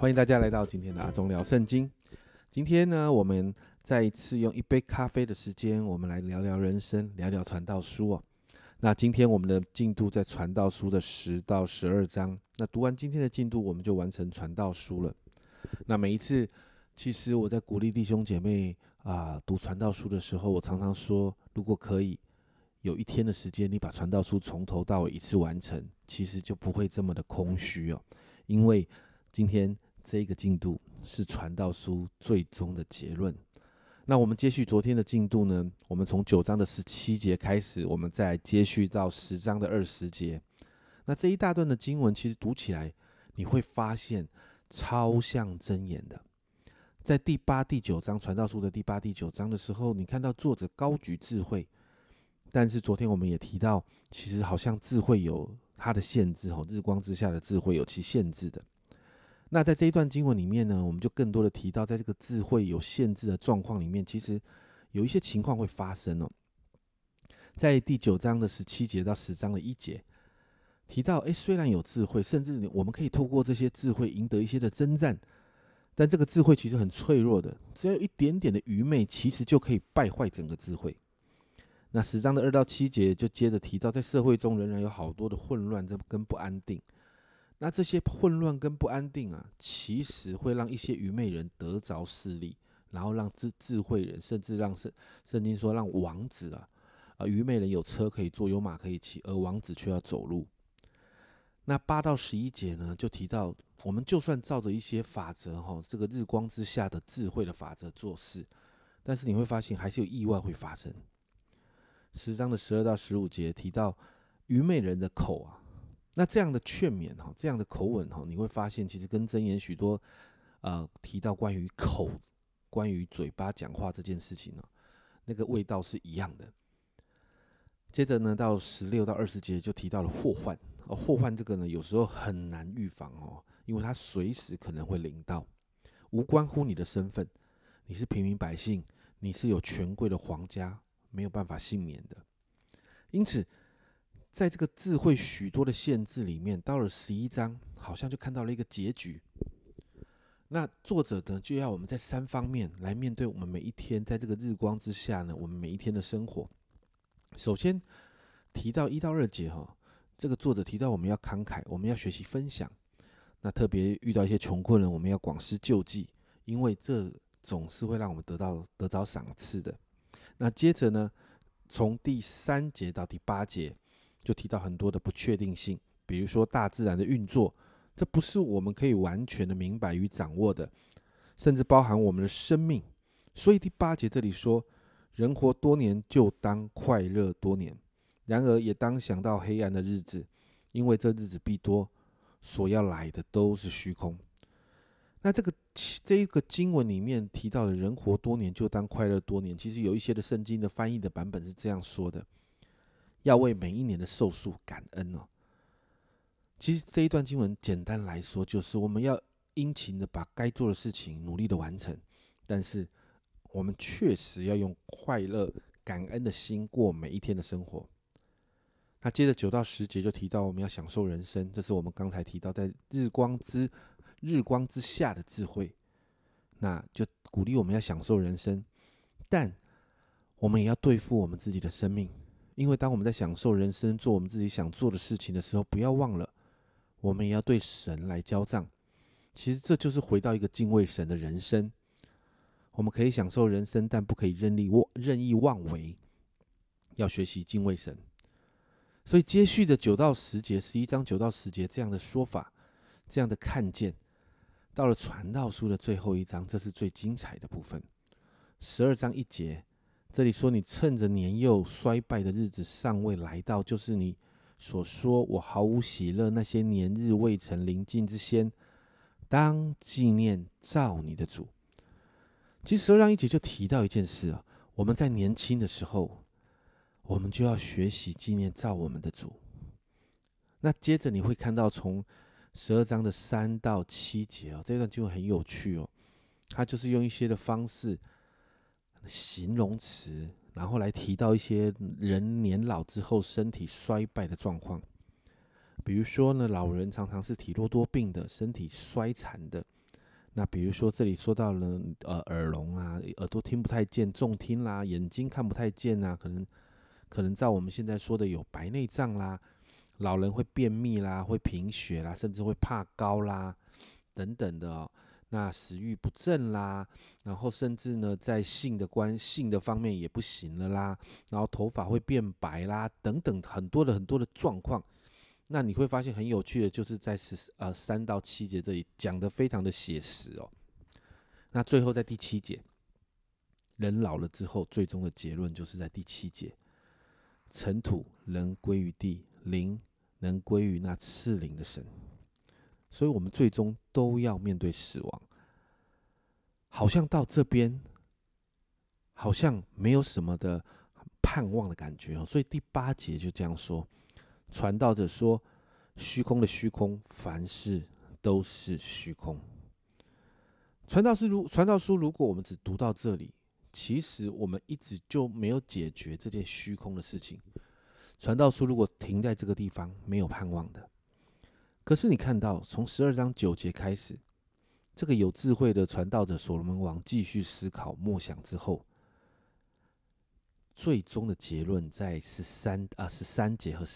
欢迎大家来到今天的阿忠聊圣经。今天呢，我们再一次用一杯咖啡的时间，我们来聊聊人生，聊聊传道书哦。那今天我们的进度在传道书的10到12章。那读完今天的进度，我们就完成传道书了。那每一次，其实我在鼓励弟兄姐妹读传道书的时候，我常常说，如果可以有一天的时间，你把传道书从头到尾一次完成，其实就不会这么的空虚哦。因为今天这个进度是传道书最终的结论。那我们接续昨天的进度呢，我们从9章的17节开始，我们再接续到10章的20节。那这一大段的经文其实读起来你会发现超像箴言的。在第8、第9章，传道书的第8、第9章的时候，你看到作者高举智慧，但是昨天我们也提到，其实好像智慧有它的限制，日光之下的智慧有其限制的。那在这一段经文里面呢，我们就更多的提到，在这个智慧有限制的状况里面，其实有一些情况会发生哦。在第9章的17节到10章的1节提到，虽然有智慧，甚至我们可以透过这些智慧赢得一些的征战，但这个智慧其实很脆弱的，只要有一点点的愚昧，其实就可以败坏整个智慧。那10章的2到7节就接着提到，在社会中仍然有好多的混乱跟不安定。那这些混乱跟不安定其实会让一些愚昧人得着势力，然后让智慧人，甚至让圣经说让王子愚昧人有车可以坐，有马可以骑，而王子却要走路。那8到11节呢，就提到我们就算照着一些法则这个日光之下的智慧的法则做事，但是你会发现还是有意外会发生。10章的12到15节提到愚昧人的口那这样的劝勉这样的口吻你会发现其实跟箴言许多提到关于口、关于嘴巴讲话这件事情那个味道是一样的。接着呢，到16到20节就提到了祸患。祸患这个呢，有时候很难预防因为它随时可能会临到，无关乎你的身份，你是平民百姓，你是有权贵的皇家，没有办法幸免的。因此在这个智慧许多的限制里面，到了11章好像就看到了一个结局。那作者呢，就要我们在3方面来面对我们每一天在这个日光之下呢，我们每一天的生活。首先提到1到2节这个作者提到我们要慷慨，我们要学习分享。那特别遇到一些穷困人，我们要广施救济，因为这总是会让我们得着赏赐的。那接着呢，从第3节到第8节就提到很多的不确定性，比如说大自然的运作，这不是我们可以完全的明白与掌握的，甚至包含我们的生命。所以第8节这里说，人活多年就当快乐多年，然而也当想到黑暗的日子，因为这日子必多，所要来的都是虚空。那这一个经文里面提到的人活多年就当快乐多年，其实有一些的圣经的翻译的版本是这样说的，要为每一年的寿数感恩其实这一段经文简单来说，就是我们要殷勤的把该做的事情努力的完成，但是我们确实要用快乐感恩的心过每一天的生活。那接着9到10节就提到我们要享受人生，这是我们刚才提到在日光之下的智慧，那就鼓励我们要享受人生，但我们也要对付我们自己的生命。因为当我们在享受人生，做我们自己想做的事情的时候，不要忘了我们也要对神来交账。其实这就是回到一个敬畏神的人生。我们可以享受人生，但不可以任意妄为，要学习敬畏神。所以接续的9到10节，11章9到10节这样的说法，这样的看见，到了传道书的最后一章，这是最精彩的部分。12章1节，这里说，你趁着年幼衰败的日子尚未来到，就是你所说我毫无喜乐，那些年日未曾临近之先，当纪念造你的主。其实12章1节就提到一件事我们在年轻的时候，我们就要学习纪念造我们的主。那接着你会看到从12章的3到7节这段经文很有趣它就是用一些的方式形容词，然后来提到一些人年老之后身体衰败的状况。比如说呢，老人常常是体弱多病的，身体衰残的， 那比如说这里说到了耳聋啊，耳朵听不太见，重听啦，眼睛看不太见啊，可能照我们现在说的有白内障啦，老人会便秘啦，会贫血啦，甚至会怕高啦等等的哦。那食欲不振啦，然后甚至呢在性的方面也不行了啦，然后头发会变白啦，等等很多的状况。那你会发现很有趣的，就是在3到7节这里讲得非常的写实哦。那最后在第7节，人老了之后，最终的结论就是在第7节，尘土人归于地，灵能归于那赐灵的神。所以我们最终都要面对死亡。好像到这边，好像没有什么的盼望的感觉哦。所以第8节就这样说。传道者说：“虚空的虚空，凡事都是虚空。”传道书，如果我们只读到这里，其实我们一直就没有解决这件虚空的事情。传道书如果停在这个地方，没有盼望的。可是你看到，从12章9节开始，这个有智慧的传道者所罗门王继续思考默想之后，最终的结论在13节和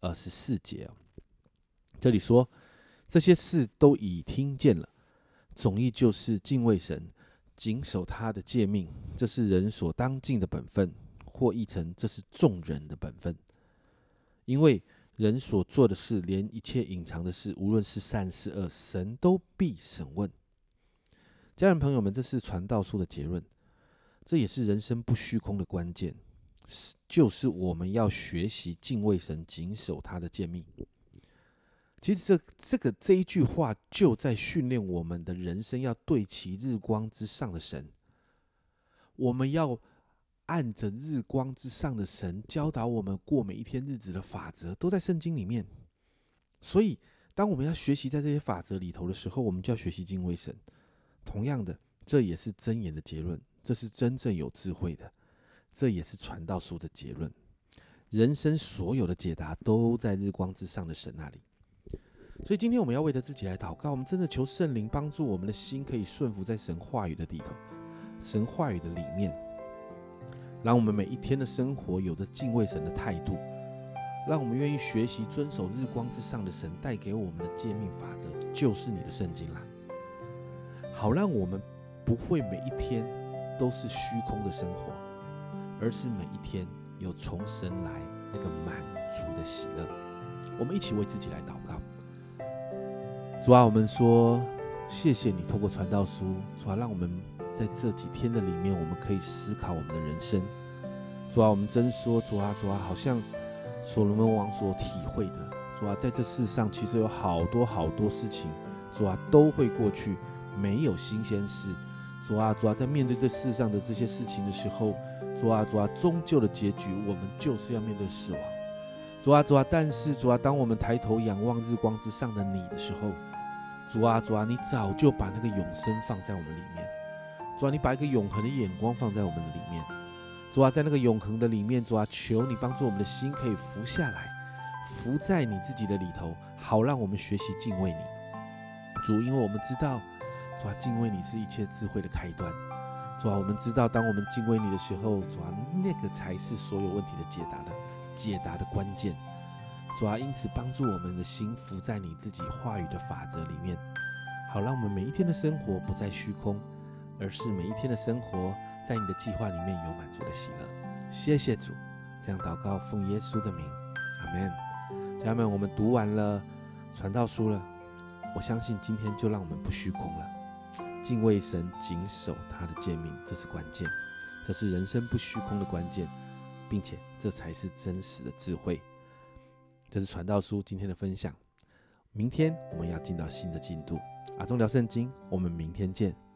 14节哦。这里说，这些事都已听见了，总意就是敬畏神，谨守他的诫命，这是人所当尽的本分，或译成这是众人的本分。因为人所做的事，连一切隐藏的事，无论是善是恶，神都必审问。家人朋友们，这是传道书的结论，这也是人生不虚空的关键，就是我们要学习敬畏神，谨守他的诫命。其实这一句话就在训练我们的人生要对齐日光之上的神，我们要按着日光之上的神教导我们过每一天日子的法则，都在圣经里面。所以当我们要学习在这些法则里头的时候，我们就要学习敬畏神。同样的，这也是箴言的结论，这是真正有智慧的，这也是传道书的结论。人生所有的解答都在日光之上的神那里。所以今天我们要为着自己来祷告，我们真的求圣灵帮助我们的心可以顺服在神话语的里头，神话语的里面，让我们每一天的生活有着敬畏神的态度，让我们愿意学习遵守日光之上的神带给我们的诫命法则，就是你的圣经啦。好让我们不会每一天都是虚空的生活，而是每一天有从神来那个满足的喜乐。我们一起为自己来祷告。主啊，我们说谢谢你透过传道书，主啊，让我们在这几天的里面，我们可以思考我们的人生。主啊，我们真说，主啊，好像所罗门王所体会的，主啊，在这世上其实有好多事情，主啊，都会过去，没有新鲜事。主啊，在面对这世上的这些事情的时候，主啊，终究的结局，我们就是要面对死亡。主啊，但是主啊，当我们抬头仰望日光之上的你的时候，主啊，你早就把那个永生放在我们里面。主啊，你把一个永恒的眼光放在我们的里面。主啊，在那个永恒的里面，主啊，求你帮助我们的心可以浮下来，浮在你自己的里头，好让我们学习敬畏你。主，因为我们知道，主啊，敬畏你是一切智慧的开端。主啊，我们知道，当我们敬畏你的时候，主啊，那个才是所有问题的解答的关键。主啊，因此帮助我们的心浮在你自己话语的法则里面，好让我们每一天的生活不再虚空，而是每一天的生活在你的计划里面有满足的喜乐。谢谢主，这样祷告奉耶稣的名，阿们。家人们，我们读完了传道书了，我相信今天就让我们不虚空了。敬畏神，谨守他的诫命，这是关键，这是人生不虚空的关键，并且这才是真实的智慧。这是传道书今天的分享，明天我们要进到新的进度。阿忠聊圣经，我们明天见。